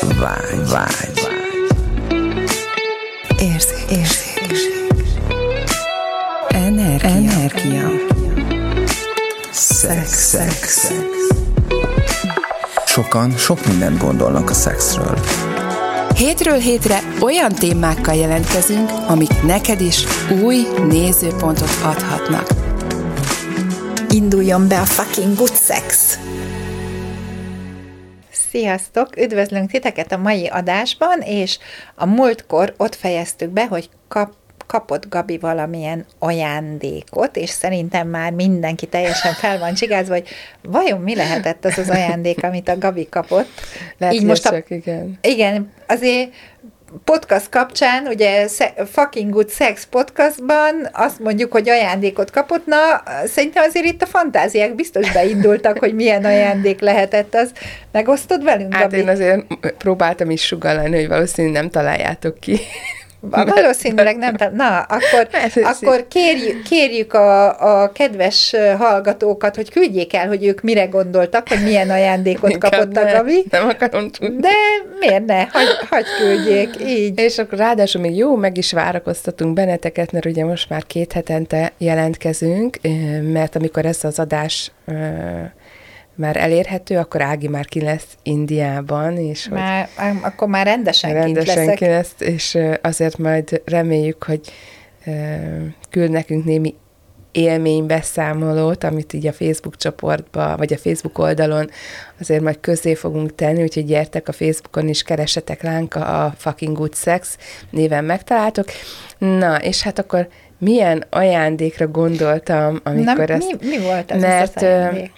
Vágy. Érzék. Energia. Szex. Sokan sok mindent gondolnak a szexről. Hétről hétre olyan témákkal jelentkezünk, amik neked is új nézőpontot adhatnak. Induljon be a fucking good sex! Sziasztok! Üdvözlünk titeket a mai adásban, és a múltkor ott fejeztük be, hogy kapott Gabi valamilyen ajándékot, és szerintem már mindenki teljesen fel van csigázva, hogy vajon mi lehetett az ajándék, amit a Gabi kapott. Lehet, így most csak, igen. Igen, azért podcast kapcsán, ugye Fucking Good Sex podcastban azt mondjuk, hogy ajándékot kapott, na szerintem azért itt a fantáziák biztos beindultak, hogy milyen ajándék lehetett az. Megosztod velünk, Hát Gabi? én azért próbáltam is sugallani, hogy valószínűleg nem találjátok ki. Valószínűleg nem. Na, akkor kérjük a kedves hallgatókat, hogy küldjék el, hogy ők mire gondoltak, hogy milyen ajándékot kapott a Gabi. Nem akarom tudni. De miért ne? Hagy küldjék, így. És akkor ráadásul még jó, meg is várakoztatunk benneteket, mert ugye most már 2 hetente jelentkezünk, mert amikor ez az adás már elérhető, akkor Ági már ki lesz Indiában, és akkor már rendesen ki lesz, és azért majd reméljük, hogy küld nekünk némi élménybeszámolót, amit így a Facebook csoportba, vagy a Facebook oldalon azért majd közzé fogunk tenni, úgyhogy gyertek a Facebookon is, keressetek ránk, a Fucking Good Sex néven megtaláltok. Na, és hát akkor milyen ajándékra gondoltam, amikor mi volt az ajándék?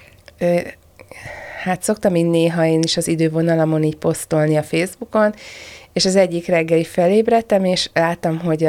Hát szoktam így néha én is az idővonalamon így posztolni a Facebookon, és az egyik reggel felébredtem, és láttam, hogy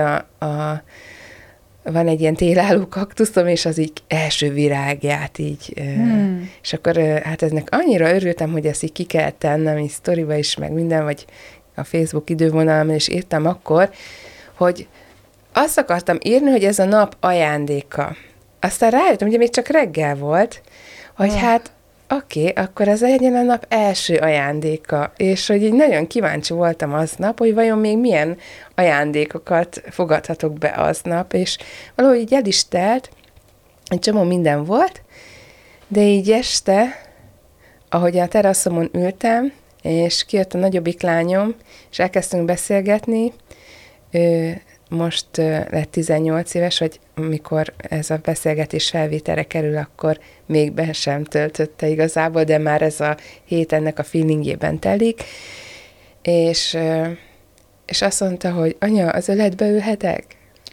van egy ilyen télálló kaktuszom, és az így első virágját így, és akkor hát eznek annyira örültem, hogy ezt így ki kell tennem, így sztoriba is, meg minden, vagy a Facebook idővonalamon, és írtam akkor, hogy azt akartam írni, hogy ez a nap ajándéka. Aztán rájöttem, ugye még csak reggel volt, hogy hát oké, akkor ez legyen a nap első ajándéka, és hogy így nagyon kíváncsi voltam aznap, hogy vajon még milyen ajándékokat fogadhatok be aznap, és valahogy így el is telt, egy csomó minden volt, de így este, ahogy a teraszomon ültem, és kijött a nagyobbik lányom, és elkezdtünk beszélgetni, most lett 18 éves, vagy amikor ez a beszélgetés felvételre kerül, akkor még be sem töltötte igazából, de már ez a hét ennek a feelingjében telik, és azt mondta, hogy anya, az öletbe ülhetek?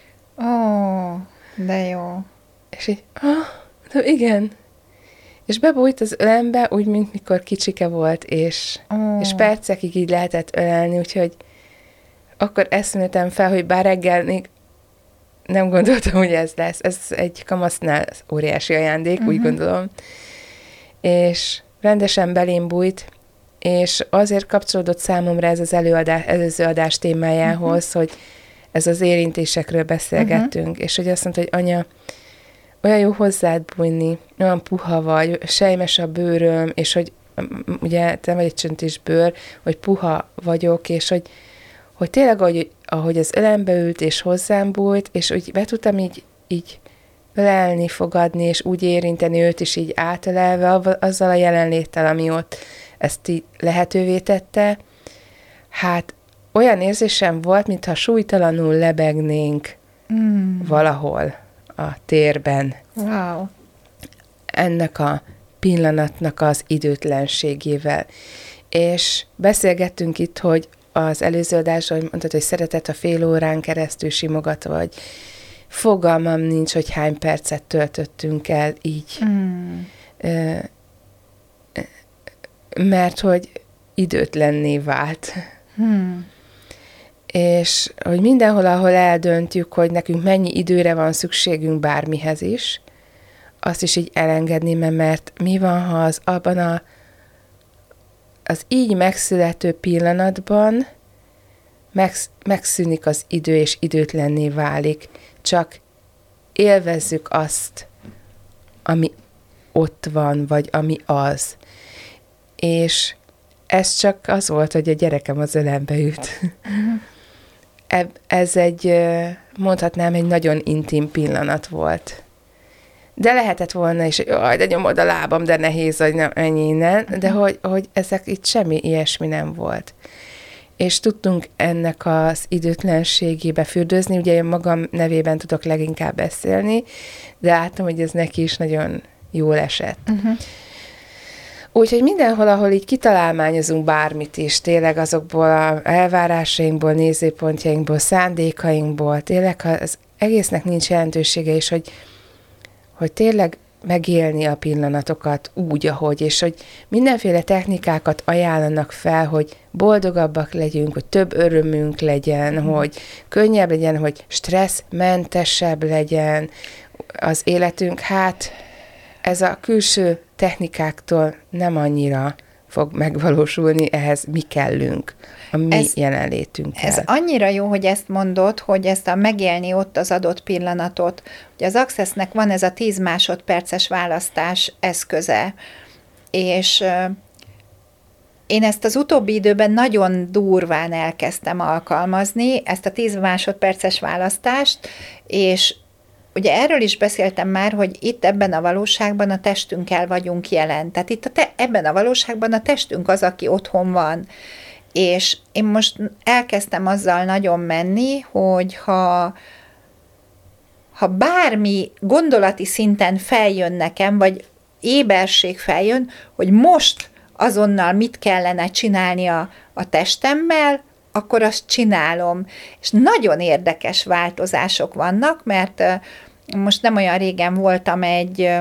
Ó, de jó. És így, igen. És bebújt az ölembe, úgy, mint mikor kicsike volt, és percekig így lehetett ölelni, úgyhogy akkor eszméltem fel, hogy bár reggel még nem gondoltam, hogy ez lesz. Ez egy kamasznál óriási ajándék, úgy gondolom. És rendesen belém bújt, és azért kapcsolódott számomra ez az előző adás témájához, hogy ez az érintésekről beszélgettünk, és hogy azt mondta, hogy anya, olyan jó hozzád bújni, olyan puha vagy, sejmes a bőröm, és hogy ugye te vagy egy csöntés bőr, hogy puha vagyok, és hogy tényleg, ahogy az ölembe ült, és hozzám bújt, és úgy be tudtam így ölelni, fogadni, és úgy érinteni őt is így átölelve, azzal a jelenléttel, ami ott ezt így lehetővé tette. Hát olyan érzésem volt, mintha súlytalanul lebegnénk valahol a térben. Wow. Ennek a pillanatnak az időtlenségével. És beszélgettünk itt, hogy az előző adásban, hogy mondtad, hogy szeretett a fél órán keresztül simogatva, vagy fogalmam nincs, hogy hány percet töltöttünk el így. Mert hogy időtlenné vált. És hogy mindenhol, ahol eldöntjük, hogy nekünk mennyi időre van szükségünk bármihez is, azt is így elengedni, mert mi van, ha az abban az így megszülető pillanatban megszűnik az idő, és időtlenné válik. Csak élvezzük azt, ami ott van, vagy ami az. És ez csak az volt, hogy a gyerekem az ölembe üt. Ez egy, mondhatnám, egy nagyon intim pillanat volt. De lehetett volna is, hogy jaj, de nyomod a lábam, de nehéz, hogy nem, ennyi innen, de hogy ezek itt semmi ilyesmi nem volt. És tudtunk ennek az időtlenségébe fürdőzni, ugye én magam nevében tudok leginkább beszélni, de láttam, hogy ez neki is nagyon jól esett. Úgyhogy mindenhol, ahol így kitalálmányozunk bármit is, tényleg azokból az elvárásainkból, nézőpontjainkból, szándékainkból, tényleg, ha az egésznek nincs jelentősége, és hogy tényleg megélni a pillanatokat úgy, ahogy, és hogy mindenféle technikákat ajánlanak fel, hogy boldogabbak legyünk, hogy több örömünk legyen, hogy könnyebb legyen, hogy stresszmentesebb legyen az életünk. Hát ez a külső technikáktól nem annyira fog megvalósulni, ehhez mi kellünk, a mi jelenlétünkkel. Ez annyira jó, hogy ezt mondod, hogy ezt a megélni ott az adott pillanatot. Ugye az Accessnek van ez a 10 másodperces választás eszköze, és én ezt az utóbbi időben nagyon durván elkezdtem alkalmazni, ezt a 10 másodperces választást, és ugye erről is beszéltem már, hogy itt ebben a valóságban a testünkkel vagyunk jelen. Tehát itt ebben a valóságban a testünk az, aki otthon van. És én most elkezdtem azzal nagyon menni, hogy ha bármi gondolati szinten feljön nekem, vagy éberség feljön, hogy most azonnal mit kellene csinálni a testemmel, akkor azt csinálom. És nagyon érdekes változások vannak, mert most nem olyan régen voltam egy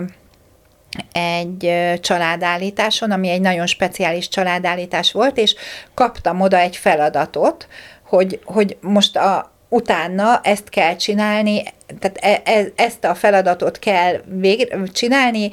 családállításon, ami egy nagyon speciális családállítás volt, és kaptam oda egy feladatot, hogy most utána ezt kell csinálni, tehát ezt a feladatot kell csinálni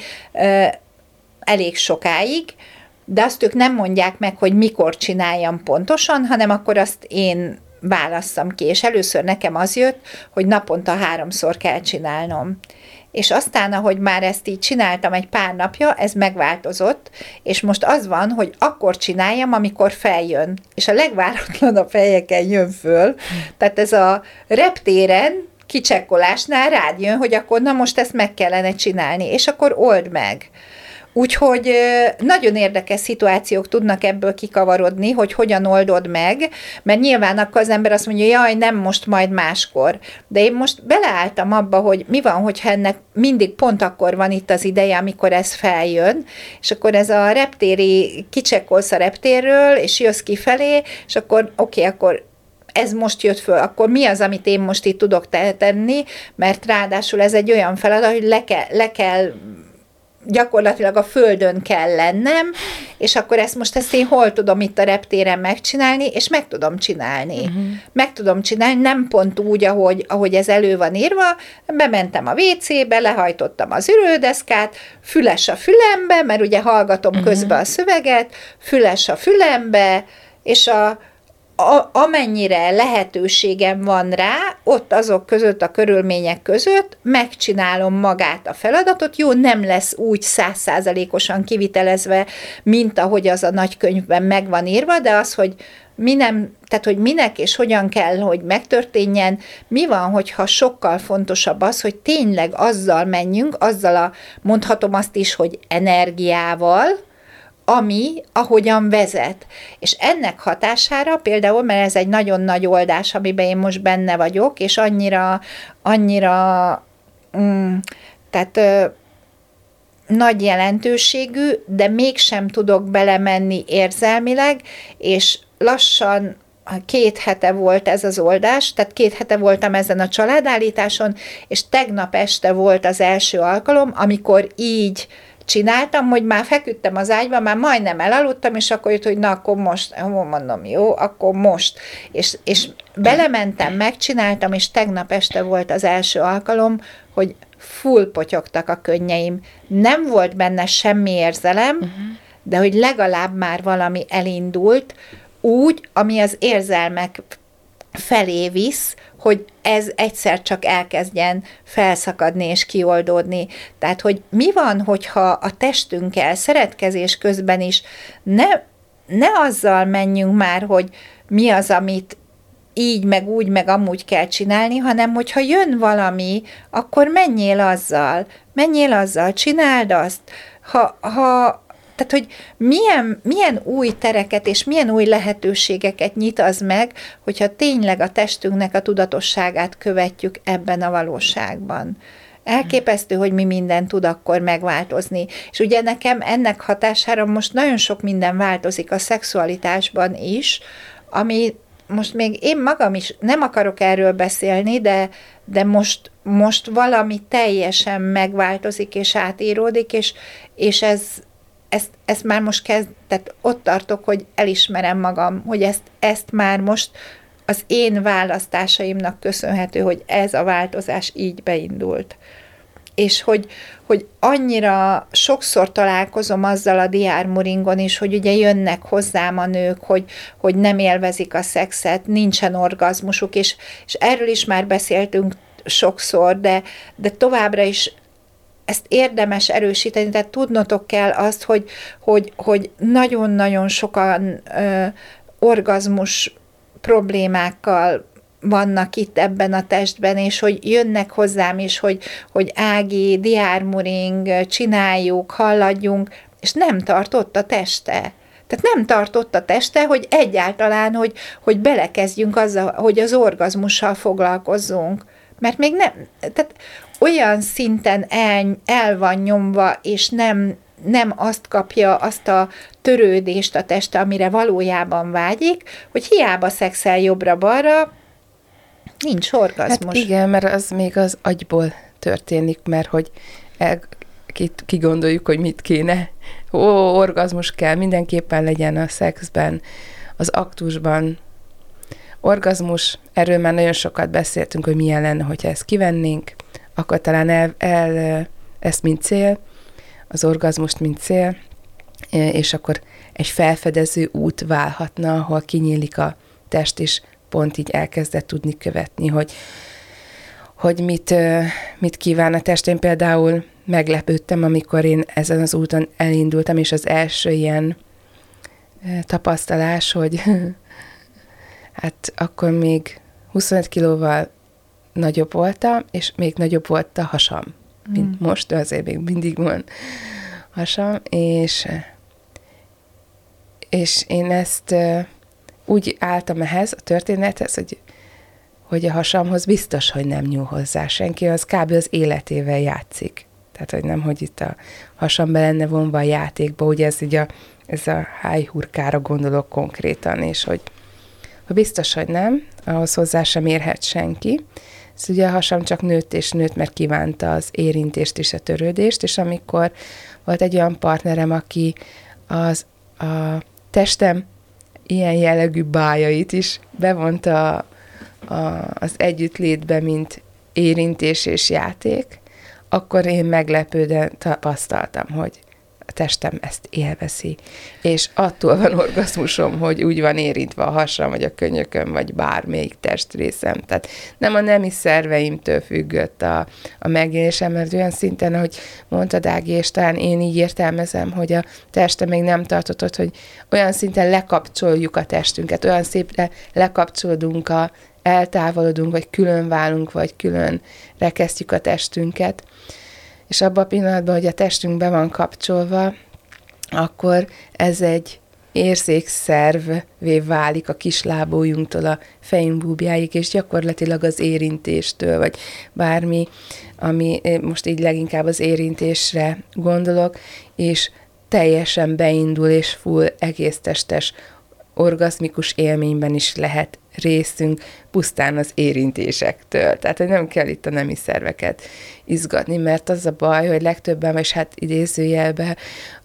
elég sokáig, de azt ők nem mondják meg, hogy mikor csináljam pontosan, hanem akkor azt én válasszam ki, és először nekem az jött, hogy naponta 3-szor kell csinálnom. És aztán, ahogy már ezt így csináltam egy pár napja, ez megváltozott, és most az van, hogy akkor csináljam, amikor feljön. És a legváratlanabb helyeken jön föl. Tehát ez a reptéren kicsekkolásnál rád jön, hogy akkor na most ezt meg kellene csinálni, és akkor old meg. Úgyhogy nagyon érdekes szituációk tudnak ebből kikavarodni, hogy hogyan oldod meg, mert nyilván akkor az ember azt mondja, jaj, nem most, majd máskor. De én most beleálltam abba, hogy mi van, hogyha ennek mindig pont akkor van itt az ideje, amikor ez feljön, és akkor ez a reptéri, kicsekkolsz a reptérről, és jössz kifelé, és akkor oké, akkor ez most jött föl, akkor mi az, amit én most itt tudok tenni, mert ráadásul ez egy olyan feladat, hogy le kell gyakorlatilag a földön kell lennem, és akkor ezt én hol tudom itt a reptéren megcsinálni, és meg tudom csinálni. Meg tudom csinálni, nem pont úgy, ahogy ez elő van írva, bementem a WC-be, lehajtottam az ürődeszkát, füles a fülembe, mert ugye hallgatom közben a szöveget, füles a fülembe, és amennyire lehetőségem van rá, ott azok között, a körülmények között megcsinálom magát a feladatot. Jó, nem lesz úgy 100%-osan kivitelezve, mint ahogy az a nagykönyvben meg van írva, de az, hogy tehát, hogy minek és hogyan kell, hogy megtörténjen, mi van, hogyha sokkal fontosabb az, hogy tényleg azzal menjünk, mondhatom azt is, hogy energiával, ami ahogyan vezet. És ennek hatására például, mert ez egy nagyon nagy oldás, amiben én most benne vagyok, és annyira nagy jelentőségű, de mégsem tudok belemenni érzelmileg, és lassan 2 hete volt ez az oldás, tehát 2 hete voltam ezen a családállításon, és tegnap este volt az első alkalom, amikor így csináltam, hogy már feküdtem az ágyba, már majdnem elaludtam, és akkor jött, hogy na, akkor most, mondom, jó, akkor most. És belementem, megcsináltam, és tegnap este volt az első alkalom, hogy full potyogtak a könnyeim. Nem volt benne semmi érzelem, de hogy legalább már valami elindult, úgy, ami az érzelmek felé visz, hogy ez egyszer csak elkezdjen felszakadni és kioldódni. Tehát, hogy mi van, hogyha a testünkkel szeretkezés közben is ne azzal menjünk már, hogy mi az, amit így, meg úgy, meg amúgy kell csinálni, hanem hogyha jön valami, akkor menjél azzal, csináld azt. Tehát, hogy milyen új tereket és milyen új lehetőségeket nyit az meg, hogyha tényleg a testünknek a tudatosságát követjük ebben a valóságban. Elképesztő, hogy mi minden tud akkor megváltozni. És ugye nekem ennek hatására most nagyon sok minden változik a szexualitásban is, ami most még én magam is nem akarok erről beszélni, de most valami teljesen megváltozik és átíródik, és ez már most kezd, tehát ott tartok, hogy elismerem magam, hogy ezt már most az én választásaimnak köszönhető, hogy ez a változás így beindult. És hogy annyira sokszor találkozom azzal a diármuringon is, hogy ugye jönnek hozzám a nők, hogy nem élvezik a szexet, nincsen orgazmusuk, és erről is már beszéltünk sokszor, de továbbra is ezt érdemes erősíteni, tehát tudnotok kell azt, hogy nagyon-nagyon sokan orgazmus problémákkal vannak itt ebben a testben, és hogy jönnek hozzám is, hogy Ági, diármuring, csináljuk, halladjunk, és nem tartott a teste. Tehát nem tartott a teste, hogy egyáltalán, hogy belekezdjünk azzal, hogy az orgazmussal foglalkozzunk. Mert még nem, tehát olyan szinten el van nyomva, és nem azt kapja, azt a törődést a teste, amire valójában vágyik, hogy hiába szexel jobbra-balra, nincs orgazmus. Hát igen, mert az még az agyból történik, mert hogy kigondoljuk, hogy mit kéne. Orgazmus kell, mindenképpen legyen a szexben, az aktusban. Orgazmus, erről már nagyon sokat beszéltünk, hogy milyen lenne, hogyha ezt kivennénk, akkor talán ezt mint cél, az orgazmust mint cél, és akkor egy felfedező út válhatna, ahol kinyílik a test, és pont így elkezdett tudni követni, hogy mit kíván a test. Én például meglepődtem, amikor én ezen az úton elindultam, és az első ilyen tapasztalás, hogy hát akkor még 25 kilóval nagyobb voltam, és még nagyobb volt a hasam, mint most, de azért még mindig van hasam, és én ezt úgy álltam ehhez, a történethez, hogy a hasamhoz biztos, hogy nem nyúl hozzá senki, az kb. Az életével játszik. Tehát, hogy nem, hogy itt a hasam be lenne vonva a játékba, ugye ez a hájhurkára gondolok konkrétan, és hogy biztos, hogy nem, ahhoz hozzá sem érhet senki. Ez ugye a hasam csak nőtt és nőtt, mert kívánta az érintést és a törődést, és amikor volt egy olyan partnerem, aki a testem ilyen jellegű bájait is bevonta az együttlétbe, mint érintés és játék, akkor én meglepődően tapasztaltam, hogy a testem ezt élvezi. És attól van orgazmusom, hogy úgy van érintve a hasam, vagy a könyököm, vagy bármelyik testrészem. Tehát nem a nemi szerveimtől függött a megélésem, mert olyan szinten, ahogy mondtad, Ági, és talán én így értelmezem, hogy a teste még nem tartott, hogy olyan szinten lekapcsoljuk a testünket, olyan szépre lekapcsolódunk, eltávolodunk, vagy külön válunk, vagy külön rekesztjük a testünket. És abban a pillanatban, hogy a testünk be van kapcsolva, akkor ez egy érzékszervvé válik a kislábójunktól a fejünk búbjáig, és gyakorlatilag az érintéstől, vagy bármi, ami most így leginkább az érintésre gondolok, és teljesen beindul, és full egész testes orgazmikus élményben is lehet részünk pusztán az érintésektől. Tehát, hogy nem kell itt a nemi szerveket izgatni, mert az a baj, hogy legtöbben, vagy hát idézőjelben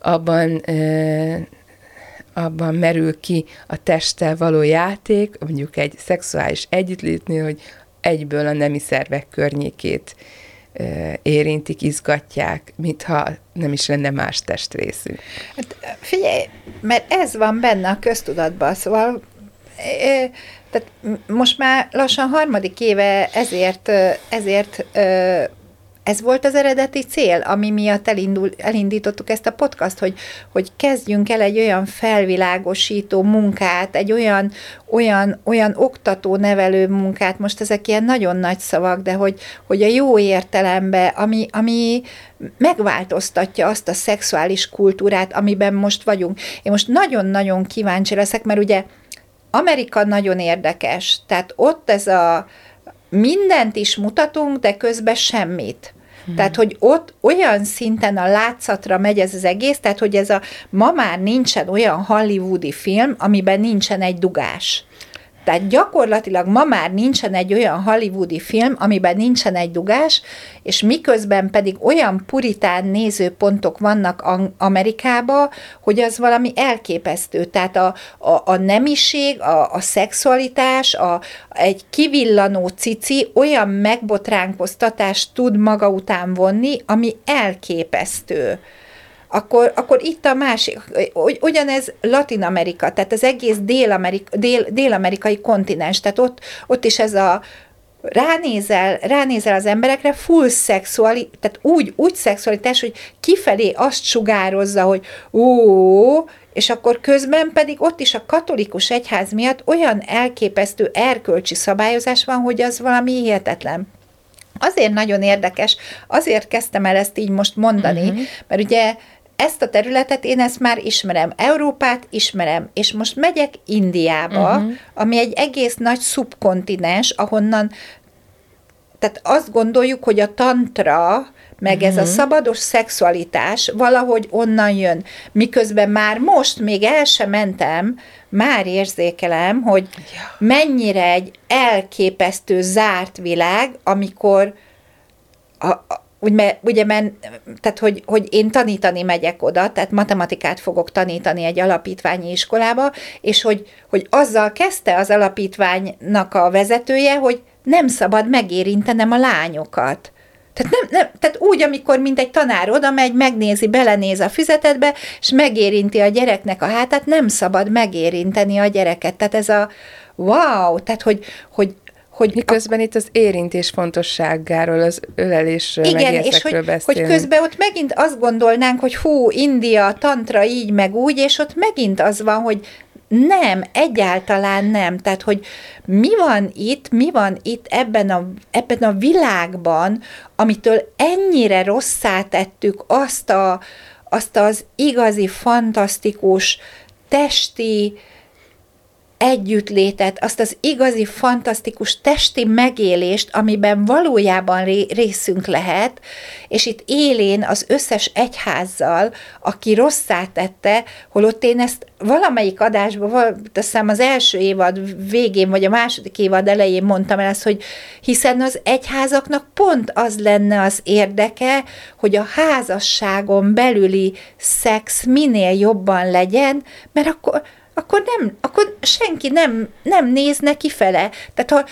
abban merül ki a testtel való játék, mondjuk egy szexuális együttlétnél, hogy egyből a nemi szervek környékét érintik, izgatják, mintha nem is lenne más testrészünk. Hát figyelj, mert ez van benne a köztudatban, szóval tehát most már lassan 3. éve ezért ez volt az eredeti cél, ami miatt elindítottuk ezt a podcast, hogy kezdjünk el egy olyan felvilágosító munkát, egy olyan oktató-nevelő munkát, most ezek ilyen nagyon nagy szavak, de hogy a jó értelemben, ami megváltoztatja azt a szexuális kultúrát, amiben most vagyunk. Én most nagyon-nagyon kíváncsi leszek, mert ugye Amerika nagyon érdekes, tehát ott ez a mindent is mutatunk, de közben semmit. Tehát, hogy ott olyan szinten a látszatra megy ez az egész, tehát, hogy ma már nincsen olyan hollywoodi film, amiben nincsen egy dugás. Tehát gyakorlatilag ma már nincsen egy olyan hollywoodi film, amiben nincsen egy dugás, és miközben pedig olyan puritán nézőpontok vannak Amerikában, hogy az valami elképesztő. Tehát a nemiség, a szexualitás, egy kivillanó cici olyan megbotránkoztatást tud maga után vonni, ami elképesztő. Akkor itt a másik, ugyanez Latin-Amerika, tehát az egész dél-amerikai kontinens, tehát ott is ez a ránézel az emberekre, full szexualitás, tehát úgy szexualitás, hogy kifelé azt sugározza, hogy és akkor közben pedig ott is a katolikus egyház miatt olyan elképesztő erkölcsi szabályozás van, hogy az valami hihetetlen. Azért nagyon érdekes, azért kezdtem el ezt így most mondani, mert ugye ezt a területet én ezt már ismerem, Európát ismerem, és most megyek Indiába, ami egy egész nagy szubkontinens, ahonnan, tehát azt gondoljuk, hogy a tantra, meg ez a szabados szexualitás valahogy onnan jön. Miközben már most, még el sem mentem, már érzékelem, hogy mennyire egy elképesztő zárt világ, amikor tehát, hogy én tanítani megyek oda, tehát matematikát fogok tanítani egy alapítványi iskolába, és hogy azzal kezdte az alapítványnak a vezetője, hogy nem szabad megérintenem a lányokat. Tehát úgy, amikor mint egy tanár oda megy, megnézi, belenéz a füzetedbe, és megérinti a gyereknek a hátát, nem szabad megérinteni a gyereket. Tehát ez a wow, tehát hogy miközben itt az érintés fontosságáról, az ölelésről, igen, meg és hogy közben ott megint azt gondolnánk, hogy India, tantra így, meg úgy, és ott megint az van, hogy nem, egyáltalán nem. Tehát, hogy mi van itt ebben a világban, amitől ennyire rosszá tettük azt az igazi, fantasztikus, testi együttlétet, azt az igazi, fantasztikus testi megélést, amiben valójában részünk lehet, és itt élén az összes egyházzal, aki rosszá tette, holott én ezt valamelyik adásban, azt hiszem az első évad végén, vagy a második évad elején mondtam el ezt, hogy hiszen az egyházaknak pont az lenne az érdeke, hogy a házasságon belüli szex minél jobban legyen, mert akkor senki nem nézne kifele. Tehát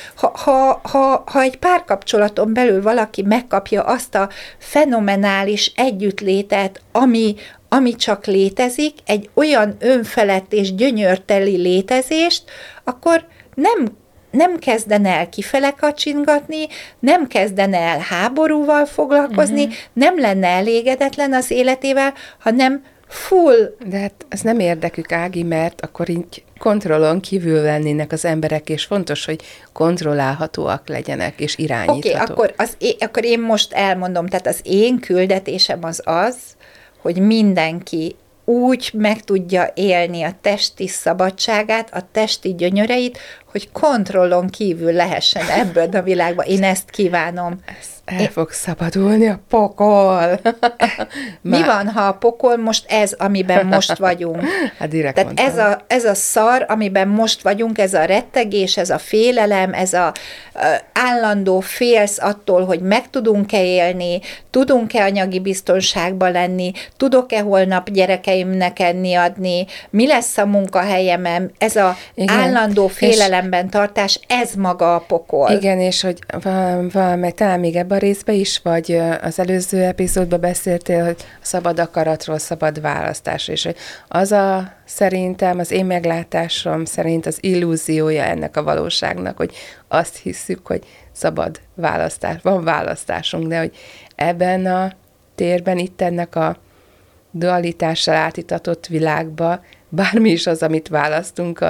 ha egy párkapcsolaton belül valaki megkapja azt a fenomenális együttlétet, ami csak létezik, egy olyan önfelett és gyönyörteli létezést, akkor nem kezdene el kifele kacsingatni, nem kezdene el háborúval foglalkozni, nem lenne elégedetlen az életével, hanem full. De hát ez nem érdekük, Ági, mert akkor így kontrollon kívül lennének az emberek, és fontos, hogy kontrollálhatóak legyenek, és irányíthatók. Oké, akkor én most elmondom, tehát az én küldetésem az, hogy mindenki úgy meg tudja élni a testi szabadságát, a testi gyönyöreit, hogy kontrollon kívül lehessen ebből a világban. Én ezt kívánom. El fog szabadulni a pokol. Mi van, ha a pokol most ez, amiben most vagyunk? Hát direkt tehát ez a szar, amiben most vagyunk, ez a rettegés, ez a félelem, ez a állandó félsz attól, hogy meg tudunk-e élni, tudunk-e anyagi biztonságban lenni, tudok-e holnap gyerekeim gyerekeimnek enni adni, mi lesz a munkahelyemem, ez a állandó félelemben tartás, ez maga a pokol. Igen, és hogy valamely, talán még ebben a részben is, vagy az előző epizódban beszéltél, hogy szabad akaratról, szabad választásról, és hogy szerintem, az én meglátásom szerint az illúziója ennek a valóságnak, hogy azt hiszük, hogy szabad választás, van választásunk, de hogy ebben a térben, itt ennek a dualitással átitatott világba, bármi is az, amit választunk,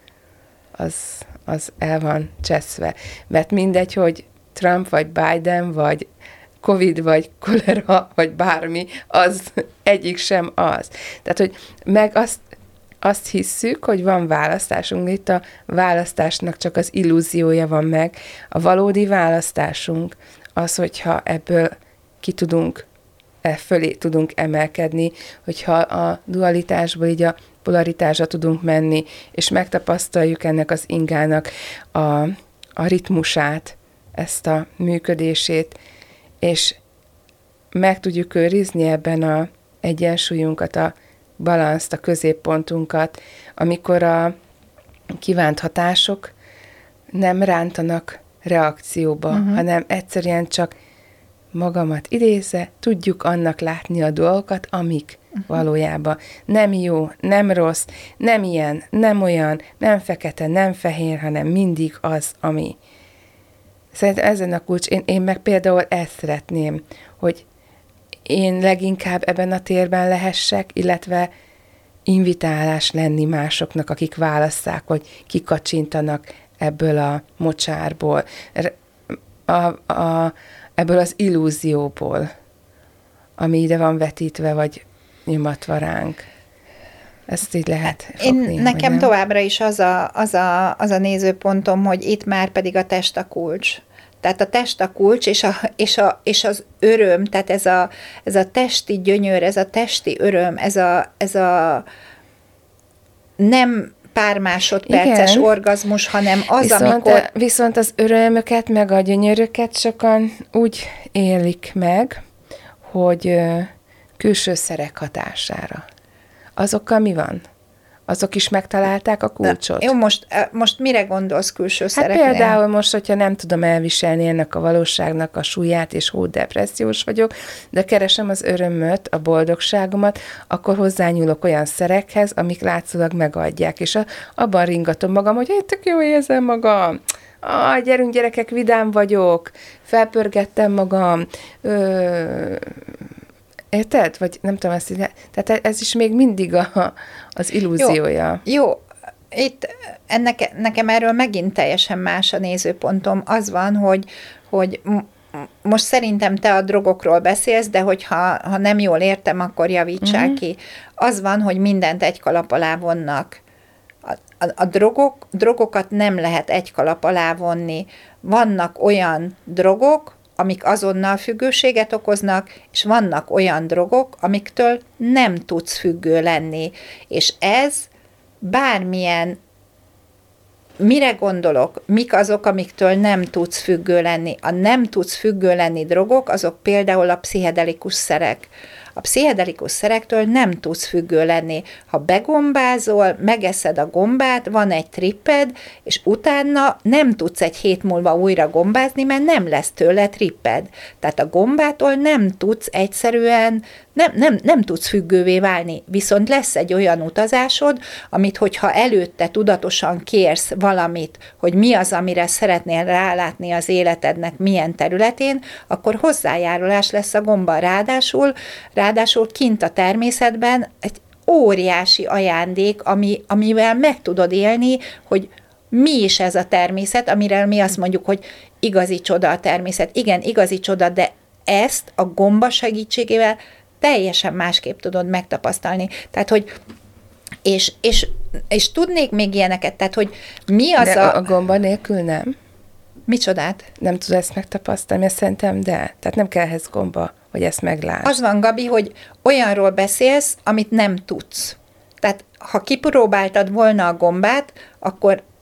az el van cseszve. Mert mindegy, hogy Trump, vagy Biden, vagy Covid, vagy kolera, vagy bármi, az egyik sem az. Tehát, hogy meg azt hisszük, hogy van választásunk, itt a választásnak csak az illúziója van meg. A valódi választásunk az, hogyha ebből fölé tudunk emelkedni, hogyha a dualitásból így a polaritásra tudunk menni, és megtapasztaljuk ennek az ingának a ritmusát, ezt a működését, és meg tudjuk őrizni ebben a egyensúlyunkat, a balanszt, a középpontunkat, amikor a kívánt hatások nem rántanak reakcióba, hanem egyszerűen csak magamat idézve, tudjuk annak látni a dolgokat, amik valójában nem jó, nem rossz, nem ilyen, nem olyan, nem fekete, nem fehér, hanem mindig az, ami. Szerintem ezen a kulcs. Én meg például ezt szeretném, hogy én leginkább ebben a térben lehessek, illetve invitálás lenni másoknak, akik válasszák, hogy kikacsintanak ebből a mocsárból, ebből az illúzióból, ami ide van vetítve, vagy nyomatva ránk. Ezt így lehet fogni. Nekem továbbra is az a nézőpontom, hogy itt már pedig a test a kulcs. Tehát a test a kulcs, és az öröm, tehát ez a testi gyönyör, ez a testi öröm, ez a nem pár másodperces orgazmus, hanem az, amikor... Viszont az örömöket, meg a gyönyöröket sokan úgy élik meg, hogy külső szerek hatására. Azokkal mi van? Azok is megtalálták a kulcsot? Jó, most mire gondolsz külső szereknél? Hát például most, hogyha nem tudom elviselni ennek a valóságnak a súlyát, és depressziós vagyok, de keresem az örömöt, a boldogságomat, akkor hozzányúlok olyan szerekhez, amik látszólag megadják, és abban ringatom magam, hogy tök jó érzem magam, gyerünk gyerekek, vidám vagyok, felpörgettem magam, érted? Vagy nem tudom ezt így, tehát ez is még mindig az illúziója. Jó. Itt nekem erről megint teljesen más a nézőpontom. Az van, hogy most szerintem te a drogokról beszélsz, de hogyha nem jól értem, akkor javítsál ki. Az van, hogy mindent egy kalap alá vonnak. A drogokat nem lehet egy kalap alá vonni. Vannak olyan drogok, amik azonnal függőséget okoznak, és vannak olyan drogok, amiktől nem tudsz függő lenni. És ez bármilyen, mire gondolok, mik azok, amiktől nem tudsz függő lenni. A nem tudsz függő lenni drogok, azok például a pszichedelikus szerek. A pszichedelikus szerektől nem tudsz függő lenni. Ha begombázol, megeszed a gombát, van egy tripped, és utána nem tudsz egy hét múlva újra gombázni, mert nem lesz tőle tripped. Tehát a gombától nem tudsz egyszerűen, nem tudsz függővé válni. Viszont lesz egy olyan utazásod, amit hogyha előtte tudatosan kérsz valamit, hogy mi az, amire szeretnél rálátni az életednek milyen területén, akkor hozzájárulás lesz a gomba. Ráadásul kint a természetben egy óriási ajándék, amivel meg tudod élni, hogy mi is ez a természet, amire mi azt mondjuk, hogy igazi csoda a természet. Igen, igazi csoda, de ezt a gomba segítségével teljesen másképp tudod megtapasztalni. Tehát, hogy és tudnék még ilyeneket, tehát, hogy mi az de a gomba nélkül nem? Micsodát? Nem tudod ezt megtapasztalni, mert szerintem de. Tehát nem kell ehhez gomba, hogy ezt meglásd. Az van, Gabi, hogy olyanról beszélsz, amit nem tudsz. Tehát, ha kipróbáltad volna a gombát, akkor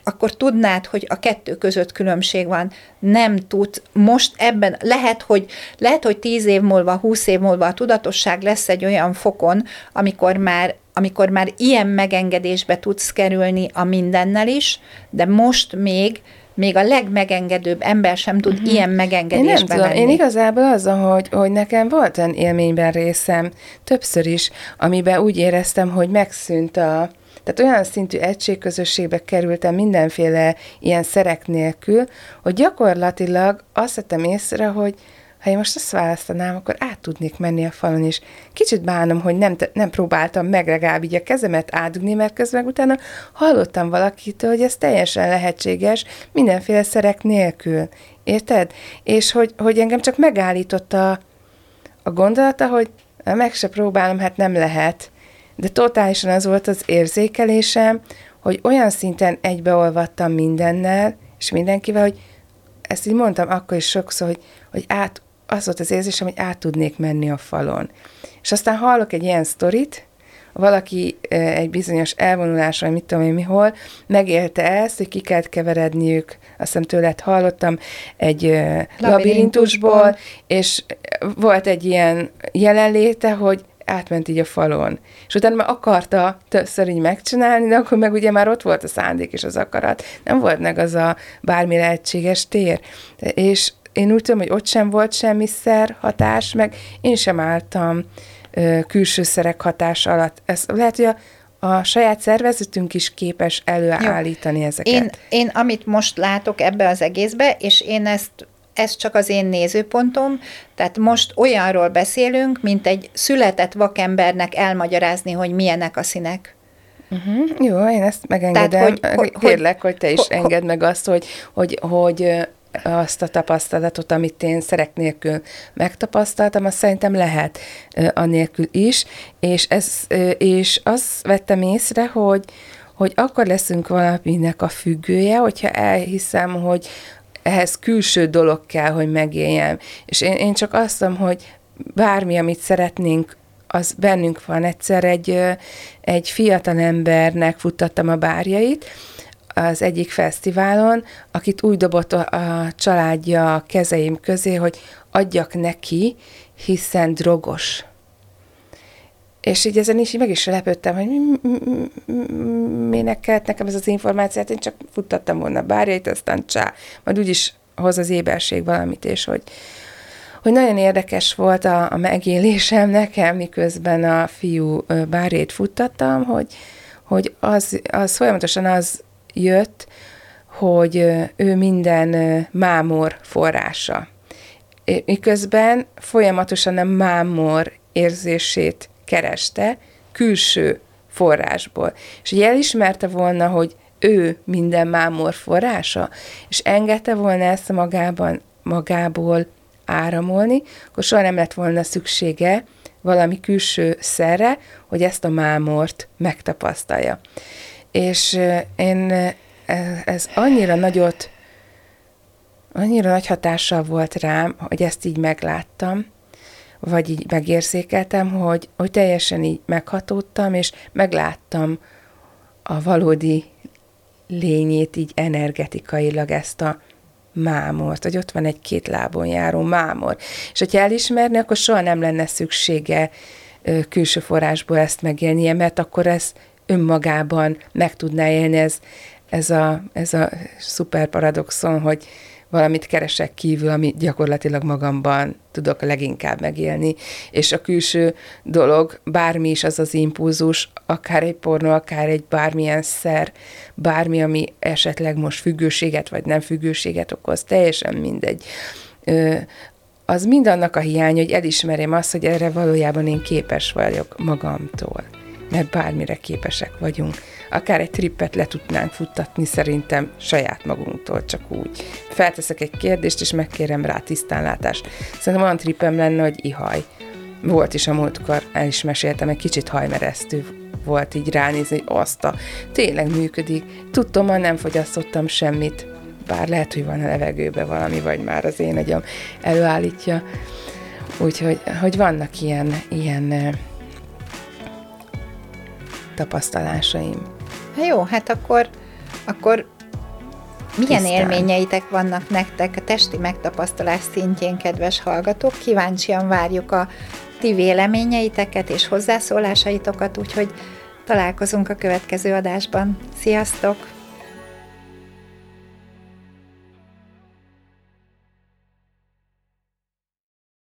akkor tudnád, hogy a kettő között különbség van. Nem tud. Most ebben lehet, hogy 10 év múlva, 20 év múlva a tudatosság lesz egy olyan fokon, amikor már ilyen megengedésbe tudsz kerülni a mindennel is, de most még a legmegengedőbb ember sem tud ilyen megengedésbe lenni. Én igazából azzal, hogy nekem volt olyan élményben részem többször is, amiben úgy éreztem, hogy megszűnt tehát olyan szintű egységközösségbe kerültem mindenféle ilyen szerek nélkül, hogy gyakorlatilag azt vettem észre, hogy ha én most ezt választanám, akkor át tudnék menni a falon, és kicsit bánom, hogy nem próbáltam meg legalább így a kezemet átdugni, mert közben utána hallottam valakitől, hogy ez teljesen lehetséges mindenféle szerek nélkül. Érted? És hogy engem csak megállította a gondolata, hogy meg se próbálom, hát nem lehet. De totálisan az volt az érzékelésem, hogy olyan szinten egybeolvadtam mindennel, és mindenkivel, hogy ezt így mondtam akkor is sokszor, hogy az volt az érzésem, hogy át tudnék menni a falon. És aztán hallok egy ilyen sztorit, valaki egy bizonyos elvonulásra, mit tudom én mihol, megélte ezt, hogy ki kellett keveredniük, azt hiszem tőled hallottam, egy labirintusból, és volt egy ilyen jelenléte, hogy átment így a falon. És utána már akarta többször így megcsinálni, de akkor meg ugye már ott volt a szándék és az akarat. Nem volt meg az a bármi lehetséges tér. És én úgy tudom, hogy ott sem volt semmi szer hatás, meg én sem álltam külső szerek hatás alatt. Ez lehet, hogy a saját szervezetünk is képes előállítani ezeket. Én amit most látok ebbe az egészbe, és én ez csak az én nézőpontom, tehát most olyanról beszélünk, mint egy született vakembernek elmagyarázni, hogy milyenek a színek. Jó, én ezt megengedem. Tehát, kérlek, hogy te is engedd meg azt, hogy azt a tapasztalatot, amit én szerek nélkül megtapasztaltam, azt szerintem lehet anélkül is, és azt vettem észre, hogy akkor leszünk valaminek a függője, hogyha elhiszem, hogy ehhez külső dolog kell, hogy megéljem. És én csak azt mondom, hogy bármi, amit szeretnénk, az bennünk van. Egyszer egy fiatal embernek futtattam a bárjait az egyik fesztiválon, akit úgy dobott a családja a kezeim közé, hogy adjak neki, hiszen drogos. És így ezen is meg is lepődtem, hogy minek kellett nekem ez az információt, én csak futtattam volna bárjait, aztán majd úgyis hoz az éberség valamit, és hogy nagyon érdekes volt a megélésem nekem, miközben a fiú bárjait futtattam, hogy az folyamatosan az jött, hogy ő minden mámor forrása. Miközben folyamatosan a mámor érzését kereste külső forrásból. És hogy elismerte volna, hogy ő minden mámor forrása, és engedte volna ezt magából áramolni, akkor soha nem lett volna szüksége valami külső szerre, hogy ezt a mámort megtapasztalja. És ez annyira nagy hatással volt rám, hogy ezt így megláttam, vagy így megérzékeltem, hogy teljesen így meghatódtam, és megláttam a valódi lényét így energetikailag, ezt a mámort, hogy ott van egy 2 lábon járó mámor. És hogyha elismerni, akkor soha nem lenne szüksége külső forrásból ezt megélnie, mert akkor ez önmagában meg tudná élni, ez a szuper paradoxon, hogy valamit keresek kívül, amit gyakorlatilag magamban tudok leginkább megélni, és a külső dolog, bármi is az az impulzus, akár egy pornó, akár egy bármilyen szer, bármi, ami esetleg most függőséget, vagy nem függőséget okoz, teljesen mindegy. Az mind annak a hiány, hogy elismerjem azt, hogy erre valójában én képes vagyok magamtól, mert bármire képesek vagyunk. Akár egy trippet le tudnánk futtatni szerintem saját magunktól, csak úgy. Felteszek egy kérdést, és megkérem rá tisztánlátást. Szerintem olyan trippem lenne, hogy ihaj. Volt is a múltkor, el is meséltem, egy kicsit hajmeresztő volt így ránézni, hogy tényleg működik. Tudtam, már nem fogyasztottam semmit, bár lehet, hogy van a levegőben valami, vagy már az én agyam előállítja. Úgyhogy hogy vannak ilyen tapasztalásaim. Jó, hát akkor Milyen tisztán. élményeitek vannak nektek a testi megtapasztalás szintjén, kedves hallgatók? Kíváncsian várjuk a ti véleményeiteket és hozzászólásaitokat, úgyhogy találkozunk a következő adásban. Sziasztok!